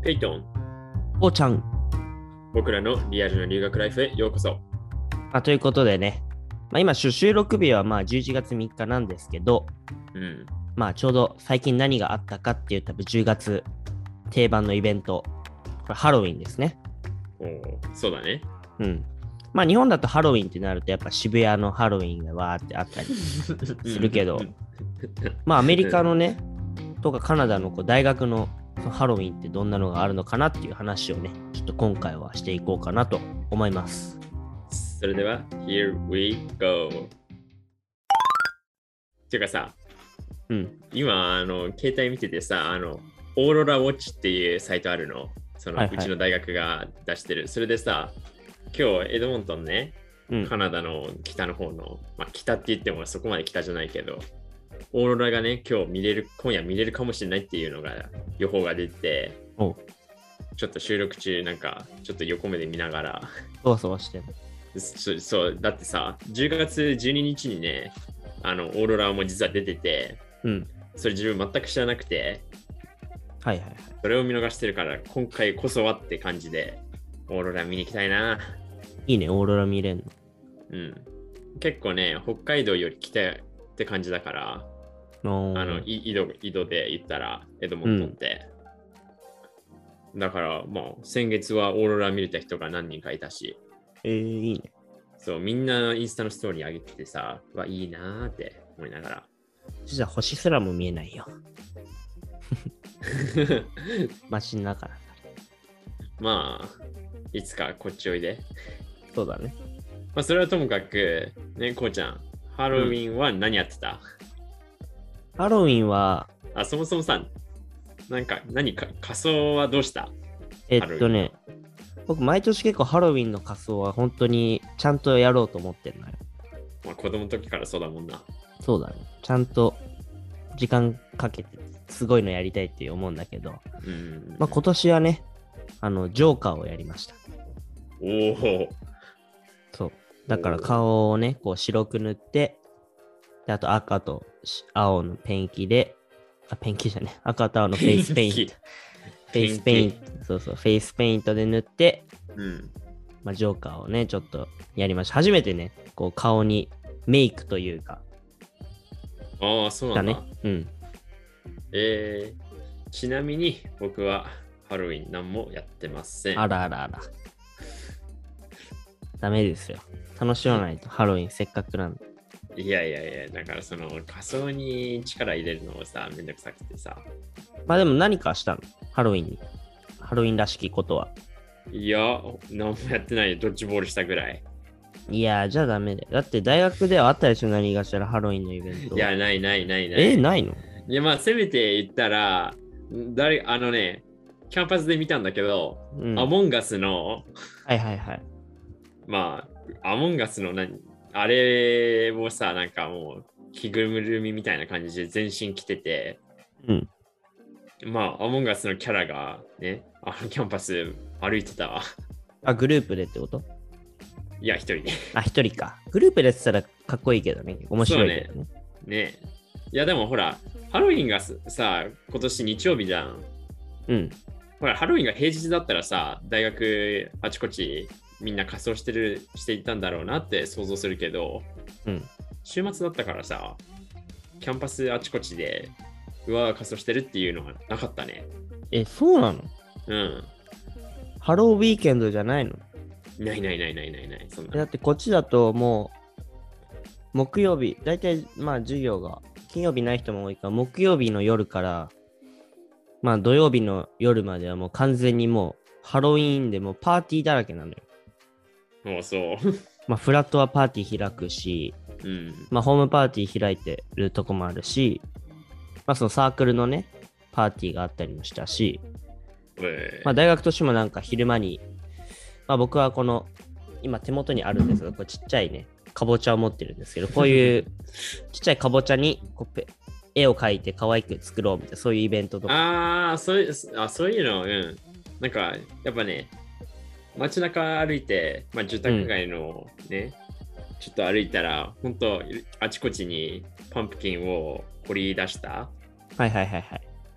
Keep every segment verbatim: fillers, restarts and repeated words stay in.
ペイトン、 おーちゃん。 僕らのリアルな留学ライフへようこそ。 まあ、ということでね、まあ、今収録日はまあじゅういちがつみっかなんですけど、 うん。 まあちょうど最近何があったかっていう多分じゅうがつ定番のイベント、これハロウィンですね。 おーそうだね。 うん。まあ日本だとハロウィンってなるとやっぱ渋谷のハロウィンがわーってあったりするけど、まあアメリカのね、とかカナダのこう大学のそのハロウィンってどんなのがあるのかなっていう話をね、ちょっと今回はしていこうかなと思います。 それでは、Here we go。ていうかさ、 うん。 今、あの、携帯見ててさ、あの、オーロラウォッチっていうサイトあるの。その、 はいはいうちの大学が出してる。それでさ、今日、エドモントンね、 うんカナダの北の方の、まあ、北って言ってもそこまで北じゃないけど、オーロラがね、今日見れる、今夜見れるかもしれないっていうのが予報が出て、 おうちょっと収録中、なんか、ちょっと横目で見ながら、 そわそわしてる。 そそうだってさ、じゅうがつじゅうににちにね、あのオーロラも実は出てて、 うん。 それ自分全く知らなくて、 はいはいはい。 それを見逃してるから、今回こそはって感じで、オーロラ見に行きたいな。 いいね、オーロラ見れんの。 うん。結構ね、北海道より北って感じだから、 おーあの、い井戸井戸で行ったら、エドモントンって。だから、まあ、先月はオーロラ見れた人が何人かいたし、 えー、いいね。 そう、みんなインスタのストーリー上げててさ、わ、いいなーって思いながら。 実は星すらも見えないよ。街の中なんだ。 まあ、いつかこっちおいで。 そうだね。 まあ、それはともかく、ね、こうちゃん、ハロウィンは何やってた、 ハロウィンは、 あ、そもそもさ、なんか、何か、仮装はどうしたえっとね、僕毎年結構ハロウィンの仮装は本当にちゃんとやろうと思ってるのよ。 まあ、子供の時からそうだもんな。 そうだね。ちゃんと時間かけてすごいのやりたいって思うんだけど、 うん。 まあ今年はね、あの、ジョーカーをやりました。 おお。 そう。だから顔をね、こう白く塗って、であと赤と青のペンキで、あ、ペンキじゃね、赤と青のフェイスペイント。フェイスペイント、そうそう、フェイスペイントで塗って、 うん。 まあ、ジョーカーをね、ちょっとやりました。初めてね、こう顔にメイクというか、 ああ、そうなんだ。 だね。うん。 えー、ちなみに僕はハロウィン何もやってません。 あらあらあら。ダメですよ。楽しまないと、ハロウィンせっかくなんで。 いやいやいや、だからその仮装に力入れるのをさ、めんどくさくてさ。 まあでも何かしたのハロウィンに。ハロウィンらしきことは。 いや、何もやってないよ。ドッジボールしたぐらい。 いやー、じゃあダメだよ。だって大学ではあったでしょ、何がしらハロウィンのイベント。 いや、ないないないない。 え、ないのいや、まあ、せめて言ったら、誰、あのね、キャンパスで見たんだけど、 うん。 アモンガスの、 はいはいはい。 まあ、アモンガスの何、あれをさ、なんかもう、着ぐるみみたいな感じで全身着てて、 うん。 まあ、アモンガスのキャラがね、あのキャンパス歩いてたわ。 あ、グループでってこと？ いや、一人で。 あ、一人か。グループでやってたらかっこいいけどね。面白いけどね。 ね。いや、でもほら、ハロウィンがさ、今年日曜日じゃん。 うん。 ほら、ハロウィンが平日だったらさ、大学あちこちみんな仮装してる、していたんだろうなって想像するけど、 うん。 週末だったからさ、キャンパスあちこちで、うわ、仮装してるっていうのはなかったね。 え、そうなの？ うん。 ハローウィーケンドじゃないの？ ないないないないないない。そんな。 だってこっちだともう、木曜日、だいたいまあ授業が、金曜日ない人も多いから、木曜日の夜から、まあ土曜日の夜まではもう完全にもう、ハロウィーンでもうパーティーだらけなのよ。 もうそう。 まあフラットはパーティー開くし、 うん。 まあホームパーティー開いてるとこもあるし、まあそのサークルのね、パーティーがあったりもしたし、 えーまあ大学としてもなんか昼間に、まあ僕はこの、今手元にあるんですが、これちっちゃいね、かぼちゃを持ってるんですけど、こういうちっちゃいかぼちゃにこうペ絵を描いて可愛く作ろうみたいな、そういうイベントとか。 ああ、そういう、あ、そういうの、うん。なんか、やっぱね、街中歩いて、まあ、住宅街のね、うん、ちょっと歩いたら、本当あちこちにパンプキンを掘り出した。 はいはいはいはい。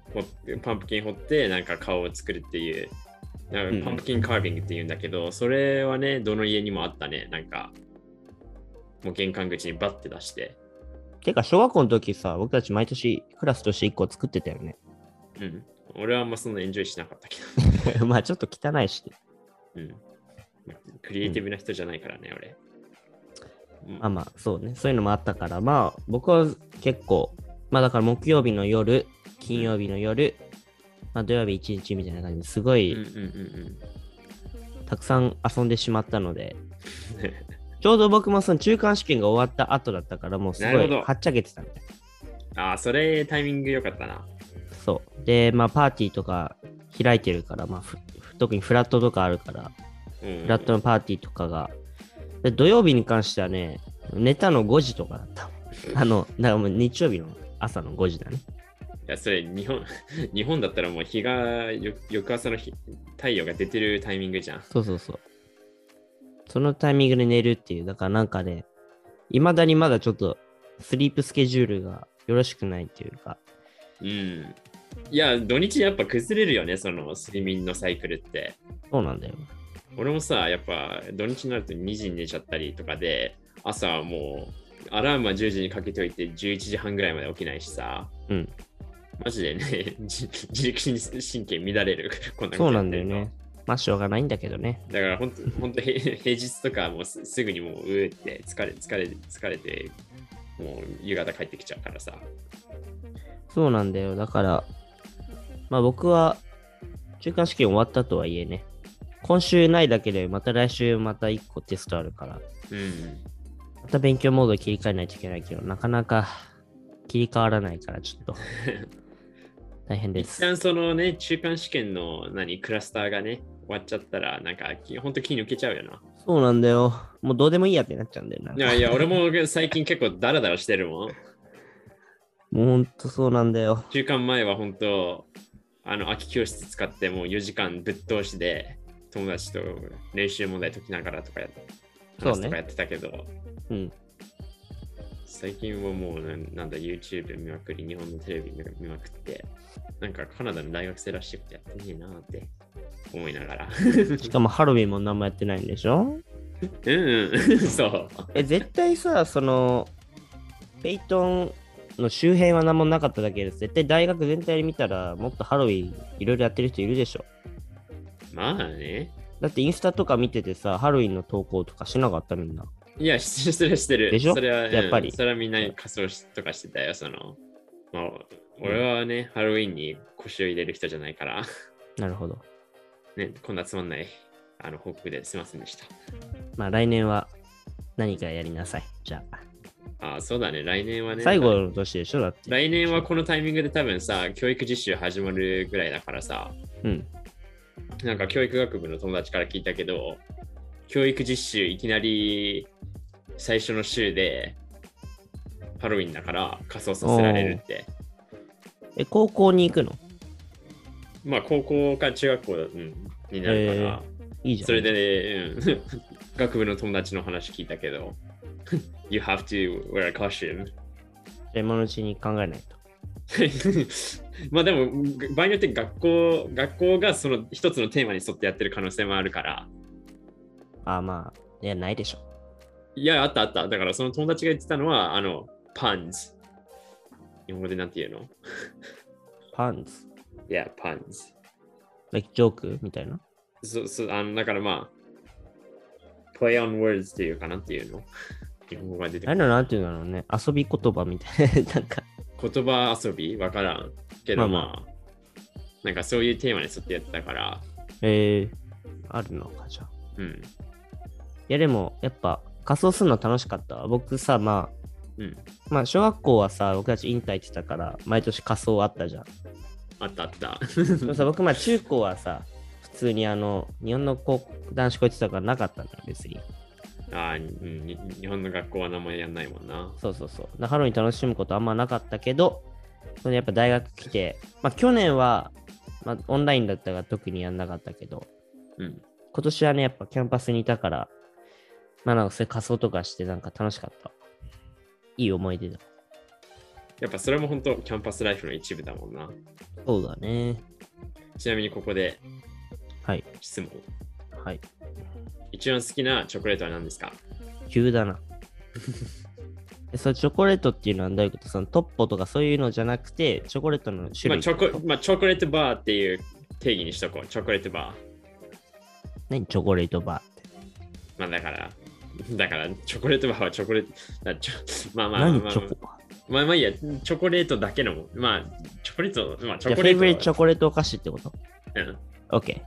掘ってパンプキン掘ってなんか顔を作るっていう、なんかパンプキンカービングっていうんだけど、うん、それはね、どの家にもあったね。なんか、もう玄関口にバッて出して。 てか、小学校の時さ、僕たち毎年クラスとしていっこ作ってたよね。 うん。俺はあんまそんなエンジョイしなかったけど。まあちょっと汚いし、ね。 うん。クリエイティブな人じゃないからね、うん、俺。 まあまあ、そうね。そういうのもあったから、まあ僕は結構、まあだから木曜日の夜、金曜日の夜、まあ土曜日一日みたいな感じですごい、たくさん遊んでしまったので、ちょうど僕もその中間試験が終わった後だったから、もうすごいはっちゃけてたんだよ。 ああ、それタイミング良かったな。 そう。で、まあパーティーとか開いてるから、まあ特にフラットとかあるから、うんうん、フラットのパーティーとかが、で土曜日に関してはね、寝たのごじとかだった。あの、だからもう日曜日の朝のごじだね。 いや、それ日本、日本だったらもう日が、翌朝の日太陽が出てるタイミングじゃん。 そうそうそう。そのタイミングで寝るっていう、だからなんかね、いまだにまだちょっとスリープスケジュールがよろしくないっていうか。 うん。いや、土日やっぱ崩れるよね、その睡眠のサイクルって。 そうなんだよ。 俺もさ、やっぱ土日になるとにじに寝ちゃったりとかで、朝はもうアラームはじゅうじにかけておいてじゅういちじはんぐらいまで起きないしさ。 うん。 マジでね、自律神経乱れる。 こんなそうなんだよね。まあしょうがないんだけどね。 だから本当、本当平日とかもうすぐにもううーって疲れ、疲れ、疲れて、もう夕方帰ってきちゃうからさ。 そうなんだよ。だから、まあ僕は中間試験終わったとはいえね、今週ないだけでまた来週またいっこテストあるから、 うん、 また勉強モード切り替えないといけないけど、なかなか切り替わらないからちょっと大変です。 一旦そのね、中間試験の何クラスターがね、終わっちゃったら、なんかほんと気抜けちゃうよな。 そうなんだよ。もうどうでもいいやってなっちゃうんだよな。 いやいや、俺も最近結構ダラダラしてるもん。 もうほんとそうなんだよ。 中間前はほんと、あの空き教室使ってもうよじかんぶっ通しで友達と練習問題解きながらとかやって話とかやってたけど、ね、 うん、 最近はもうな、なんだ YouTube 見まくり、日本のテレビ見まくって、なんかカナダの大学生らしいことやってねえなって思いながら。 しかもハロウィンも何もやってないんでしょ？ うん、うん、そう。 え、絶対さ、その、ペイトンの周辺は何もなかっただけです。絶対大学全体で見たら、もっとハロウィンいろいろやってる人いるでしょ。 まあね。 だってインスタとか見ててさ、ハロウィンの投稿とかしなかったみんな。 いや、してるしてる。 でしょ？ それは、 やっぱり。 それはみんなに仮装しとかしてたよ。その、まあ、俺はね、うん、ハロウィンに腰を入れる人じゃないから。 なるほど。 ね、こんなつまんないあの報告ですいませんでした。 まあ来年は何かやりなさい。じゃあ。 ああ、そうだね。来年はね。 最後の年でしょだって。 来年はこのタイミングで多分さ、教育実習始まるぐらいだからさ。 うん。 なんか教育学部の友達から聞いたけど、教育実習いきなり最初の週でハロウィンだから仮装させられるって。 え、高校に行くの？ まあ高校か中学校、うん、になるから、 えー、いいじゃん。 それで、ね、うん、学部の友達の話聞いたけど、You have to wear a costume。 今のうちに考えないと。 まあでも、場合によって学校、学校がその一つのテーマに沿ってやってる可能性もあるから。 ああまあ、いや、ないでしょ。 いや、あったあった。だからその友達が言ってたのは、あの、パンズ。日本語でなんて言うの？ パンズ。 いや、パンズ。 like ジョークみたいな。 そそあのだからまあ、play on words っていうかなんていうの？日本語が出てくる。 あれのなんていうんだろうね。遊び言葉みたいな。なんか言葉遊びわからんけど、まあ、まあ、 まあ、 なんかそういうテーマに沿ってやってたから。 えー、あるのかじゃあ。 うん。いやでも、やっぱ仮装するの楽しかったわ。僕さ、まあ、 うん、 まあ小学校はさ、僕たち引退ってたから、毎年仮装あったじゃん。 あったあった。 でもさ、僕まあ中高はさ、普通にあの、日本の高男子校行ってたからなかったんだよ、別に。 ああ、うん、日本の学校は名前やんないもんな。 そうそうそう。ハロウィン楽しむことあんまなかったけど、それやっぱ大学来て、まあ去年は、まあ、オンラインだったから特にやんなかったけど、 うん、 今年はね、やっぱキャンパスにいたから、まあなんかそれ仮装とかしてなんか楽しかった。いい思い出だ。 やっぱそれも本当キャンパスライフの一部だもんな。 そうだね。 ちなみにここではい。 質問。 はい。 一番好きなチョコレートは何ですか？ 急だな。えそのチョコレートっていうのはどういうこと？そのトッポとかそういうのじゃなくて、チョコレートの種類。 まあチョコ、まあ、チョコレートバーっていう定義にしとこう。チョコレートバー。 何チョコレートバーって。 まあだから、だからチョコレートバーはチョコレート、だちょまあまあまあ、まあ、 何チョコまあまあいいや、チョコレートだけのも、まあチョコレート、まあチじゃあフョコレート。 ェイブリットチョコレートお菓子ってこと？ うん。 OK。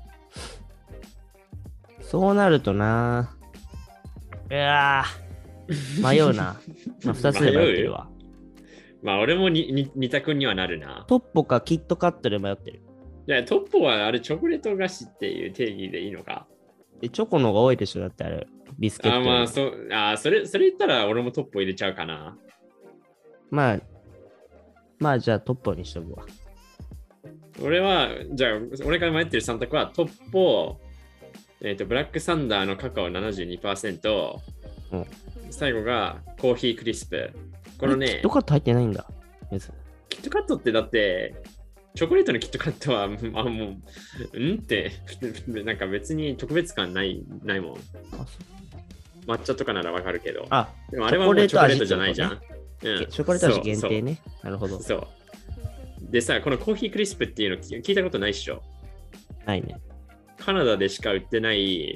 そうなるとな。うわぁ。迷うな。まあ、ふたつで迷ってるわ。 まあ俺もにに二択にはなるな。 トッポかキットカットで迷ってる。 いや、トッポはあれチョコレート菓子っていう定義でいいのか？ でチョコの方が多いでしょ、だってあれ。ビスケット。 あ、まあそう、あ、それ、それ言ったら俺もトッポ入れちゃうかな。 まあ、まあじゃあトッポにしとくわ。 俺は、じゃあ、俺が迷ってるさん択はトッポ、えっ、ー、と、ブラックサンダーのカカオ ななじゅうにパーセント、 うん、 最後がコーヒークリスプ。このね、 キットカット入ってないんだ。 キットカットってだって、チョコレートのキットカットは、あ、もう、うんって、なんか別に特別感ない、ないもん。抹茶とかならわかるけど。 あ、 でもあれはもうチョコレートじゃないじゃん。 うん、チョコレート味限定ね。なるほど。 そう。でさ、このコーヒークリスプっていうの聞いたことないっしょ？ ないね。 カナダでしか売ってない、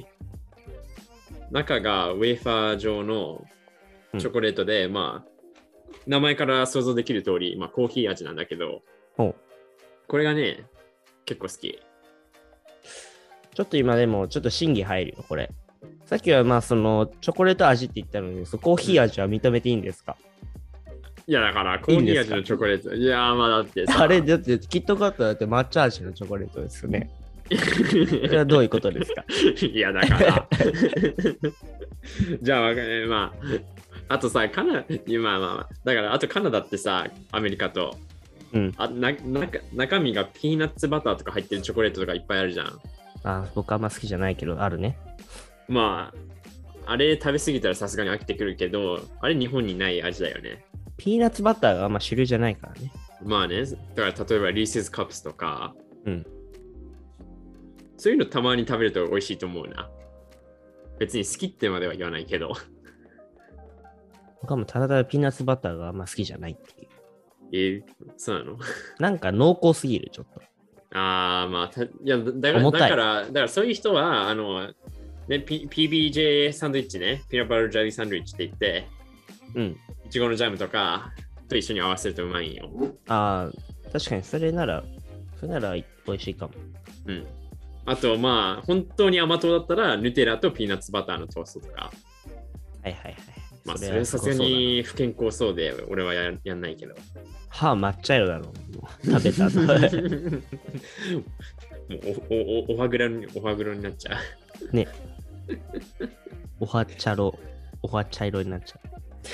中がウェーファー状のチョコレートで、うん、まあ、名前から想像できる通り、まあ、コーヒー味なんだけど、これがね、結構好き。 ちょっと今でも、ちょっと審議入るよ、これ。さっきはまあ、その、チョコレート味って言ったのに、コーヒー味は認めていいんですか？ いや、だから、コーヒー味のチョコレート。いや、まあだってさ。 あれ、だって、キットカットだって抹茶味のチョコレートですよね。それはどういうことですか？ いや、だから。じゃあ、まあ、あとさ、カナダ、今、まあ、だから、あとカナダってさ、アメリカと、 うん、 あなな中身がピーナッツバターとか入ってるチョコレートとかいっぱいあるじゃん。 あ、僕あんま好きじゃないけど、あるね。 まあ、あれ食べ過ぎたらさすがに飽きてくるけど、あれ日本にない味だよね。 ピーナッツバターがあんま主流じゃないからね。 まあね、だから例えばリーセスカップスとか、 うん。 そういうのたまに食べると美味しいと思うな。別に好きってまでは言わないけど。 僕はもうただただピーナッツバターがあんま好きじゃないっていう。 えー、そうなの？ なんか濃厚すぎる、ちょっと。 ああ、まあ、たいやだから、だから、だからそういう人は、あの、ね、P、ピービージェー サンドイッチね、ピーナッツバタージャリーサンドイッチって言って、 うん。 いちごのジャムとかと一緒に合わせるとうまいんよ。 ああ、確かにそれなら、それなら美味しいかも。 うん。あと、まあ、本当に甘党だったら、ヌテラとピーナッツバターのトーストとか。 はいはいはい。 まあ、それはさすがに不健康そうで、俺は や, やんないけど。 歯抹茶色だろう。食べた後。 もうおおおおはぐらに、おはぐろになっちゃう。ね。おは茶色、おは茶色になっちゃう。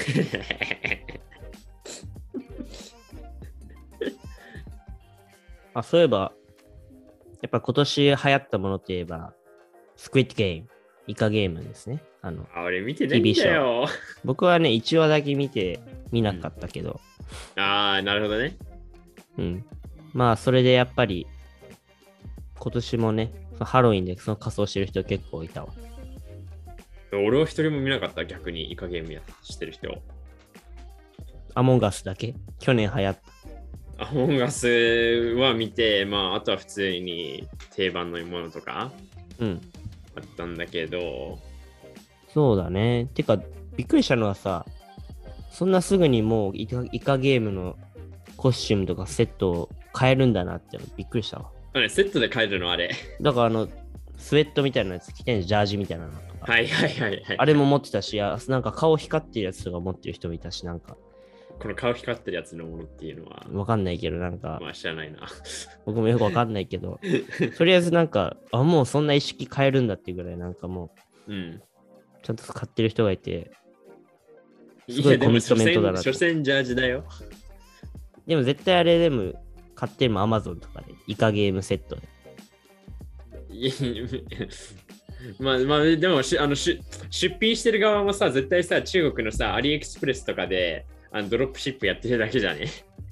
あ、そういえば、やっぱ今年流行ったものといえば、スクイッドゲーム、イカゲームですね。あの、 あ、俺見てないんだよ。 僕はね、いちわだけ見て見なかったけど。 うん、ああ、なるほどね。 うん。まあ、それでやっぱり、今年もね、そのハロウィンでその仮装してる人結構いたわ。 俺は一人も見なかった、逆にイカゲームやしてる人。 アモンガスだけ去年流行った。 アモンガスは見て、まあ、あとは普通に定番のものとか、 うん。 あったんだけど。 そうだね。てか、びっくりしたのはさ、そんなすぐにもうイカ、イカゲームのコスチュームとかセットを買えるんだなってびっくりしたわ。 あれ、セットで買えるのあれ。 だからあの、スウェットみたいなやつ着てんじゃん、ジャージみたいなのとか。 はいはいはい、はい。 あれも持ってたし、なんか顔光ってるやつとか持ってる人もいたし、なんか。 この顔光ってるやつのものっていうのは。 わかんないけど、なんか。 まあ知らないな。 僕もよくわかんないけど、とりあえずなんか、あ、もうそんな意識変えるんだっていうぐらい、なんかもう、うん。 ちゃんと買ってる人がいて、 すごいコミットメントだな。所詮ジャージだよ。 でも絶対あれでも買ってるも Amazon とかで、イカゲームセットで。 まあまあでもしあのし出品してる側もさ、絶対さ、中国のさ、アリエクスプレスとかであのドロップシップやってるだけじゃね。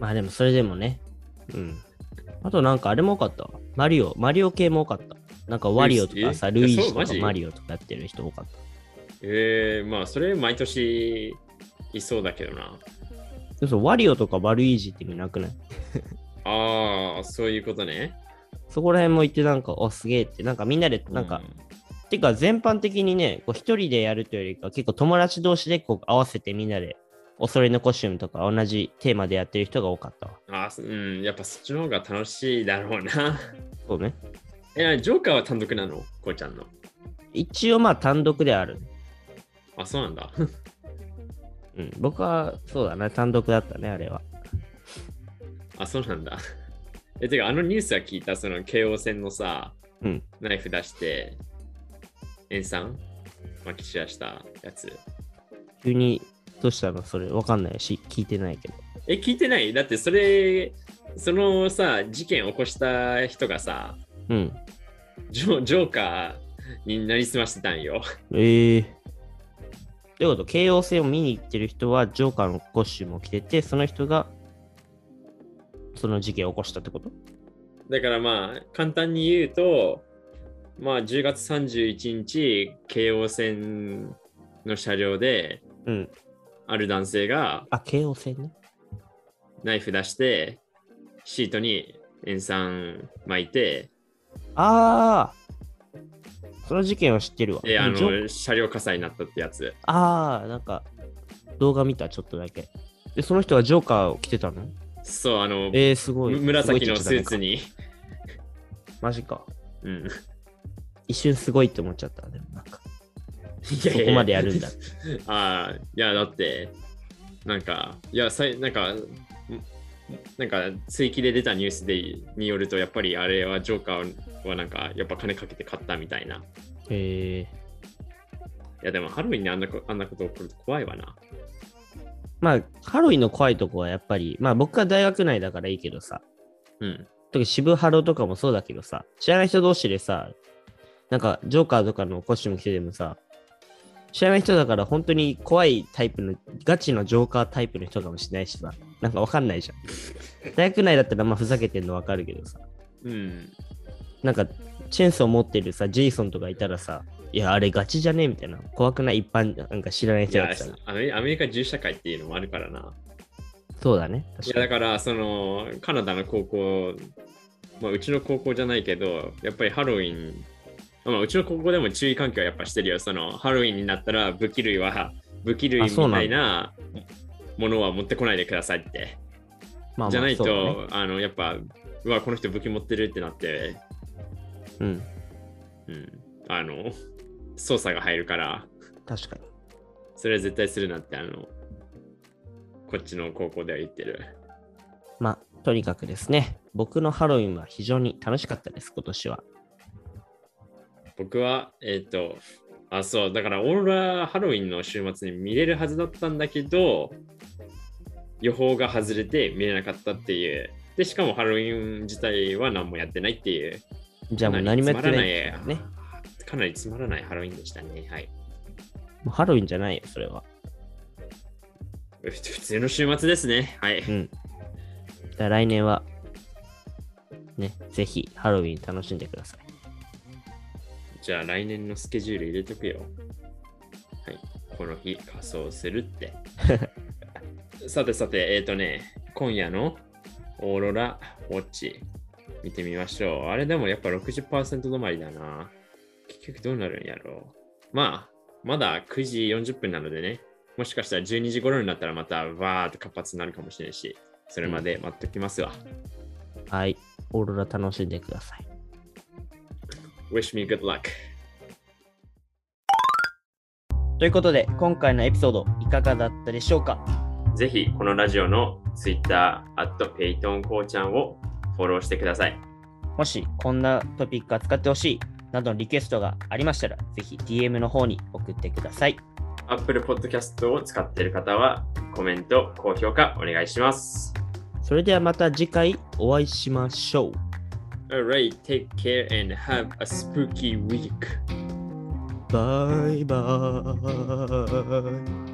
まあでもそれでもね。うん。あとなんかあれも多かったわ。マリオ、マリオ系も多かった。なんかワリオとかさ、 えルイージとかそうマジマリオとかやってる人多かった。 えー、まあ、それ毎年いそうだけどな。 でもそうワリオとかワルイージって意味なくない？ ああ、そういうことね。 そこら辺も言ってなんか、お、すげえって、なんかみんなで、なんか、 うん、 てか全般的にね、こう一人でやるというよりか、結構友達同士でこう合わせてみんなで、おそろいのコスチュームとか同じテーマでやってる人が多かったわ。 あー、うん、やっぱそっちの方が楽しいだろうな。 そうね。 え、ジョーカーは単独なのこうちゃんの。 一応まあ単独である。 あ、そうなんだ。 うん、僕はそうだね、単独だったね、あれは。 あ、そうなんだ。え、てか、あのニュースは聞いた、その京王線のさ、 うん。 ナイフ出して、塩酸まき散らしたやつ。 急にどうしたのそれわかんないし、聞いてないけど。 え、聞いてない？だってそれ、そのさ、事件を起こした人がさ、 うん。 ジョジョーカーになりすましてたんよ。 ええー。ということ、京王線を見に行ってる人は、ジョーカーのコスチュームを着てて、その人が、その事件を起こしたってこと？ だからまあ、簡単に言うと、まあ、じゅうがつさんじゅういちにち、京王線の車両で、 うん。 ある男性があ、京王線ね。 ナイフ出して、シートに塩酸巻いて、 ああ、その事件は知ってるわ。 で、あジョの、車両火災になったってやつ。 ああ、なんか、動画見た、ちょっとだけ。で、その人はジョーカーを着てたの？ そう、あの、 えー、すごい。 む紫のすごいスーツに。 マジか。 うん。 一瞬すごいって思っちゃった。でもなんか、 いやいやいやそこまでやるんだ。 ああ、いや、だって、なんか、いや、さいなんか、んなんか、追記で出たニュースでによると、やっぱりあれはジョーカーはなんか、やっぱ金かけて買ったみたいな。 へえ。 いや、でもハロウィンにあんなこあんなこと起こると怖いわな。 まあ、ハロウィンの怖いとこはやっぱり、まあ僕は大学内だからいいけどさ、 うん。 特に渋ハロとかもそうだけどさ、知らない人同士でさ、なんかジョーカーとかのコスチューム着ててもさ、知らない人だから本当に怖いタイプの、ガチのジョーカータイプの人かもしれないしさ、なんかわかんないじゃん。大学内だったらまあふざけてんのわかるけどさ、 うん。 なんかチェーンソー持ってるさ、ジェイソンとかいたらさ、いや、あれガチじゃねみたいな。怖くない一般、なんか知らないいや人だったら。 アメリ、アメリカ銃社会っていうのもあるからな。 そうだね。 いや、だから、その、カナダの高校、まあ、うちの高校じゃないけど、やっぱりハロウィン、まあ、うちの高校でも注意喚起はやっぱしてるよ。その、ハロウィンになったら武器類は、武器類みたいなものは持ってこないでくださいって。 まあまあじゃないと、 ね、 あの、やっぱ、うわ、この人武器持ってるってなって、 うん。 うん、あの、捜査が入るから、 確かに。 それは絶対するなって、あの、こっちの高校では言ってる。 まあ、とにかくですね、僕のハロウィンは非常に楽しかったです、今年は。 僕は、えっ、ー、と、あ、そう、だからオーロラハロウィンの週末に見れるはずだったんだけど、予報が外れて見れなかったっていう。で、しかもハロウィン自体は何もやってないっていう。 じゃあもう何もやってない、 ね。かなりつまらないハロウィンでしたね。はい。 もうハロウィンじゃないよ、それは。 普通の週末ですね。はい。 うん。じゃあ来年は、ね、ぜひハロウィン楽しんでください。 じゃあ来年のスケジュール入れとくよ。はい。この日仮装するって。さてさて、えっ、ー、とね、今夜のオーロラウォッチ見てみましょう。あれでもやっぱ ろくじゅっパーセント 止まりだな。結局どうなるんやろう。まあ、まだくじよんじゅっぷんなのでね、もしかしたらじゅうにじ頃になったらまたわーって活発になるかもしれないし、それまで待っておきますわ。 うん、はい。オーロラ楽しんでください。 Wish me good luck. ということで、今回のエピソードいかがだったでしょうか？ ぜひ、このラジオの Twitter、アットペイトンコーちゃんをフォローしてください。 もし、こんなトピック扱ってほしいなどのリクエストがありましたら、ぜひ ディーエム の方に送ってください。 Apple Podcast を使っている方は、コメント、高評価お願いします。 それではまた次回お会いしましょう。 Alright, take care and have a spooky week. Bye bye.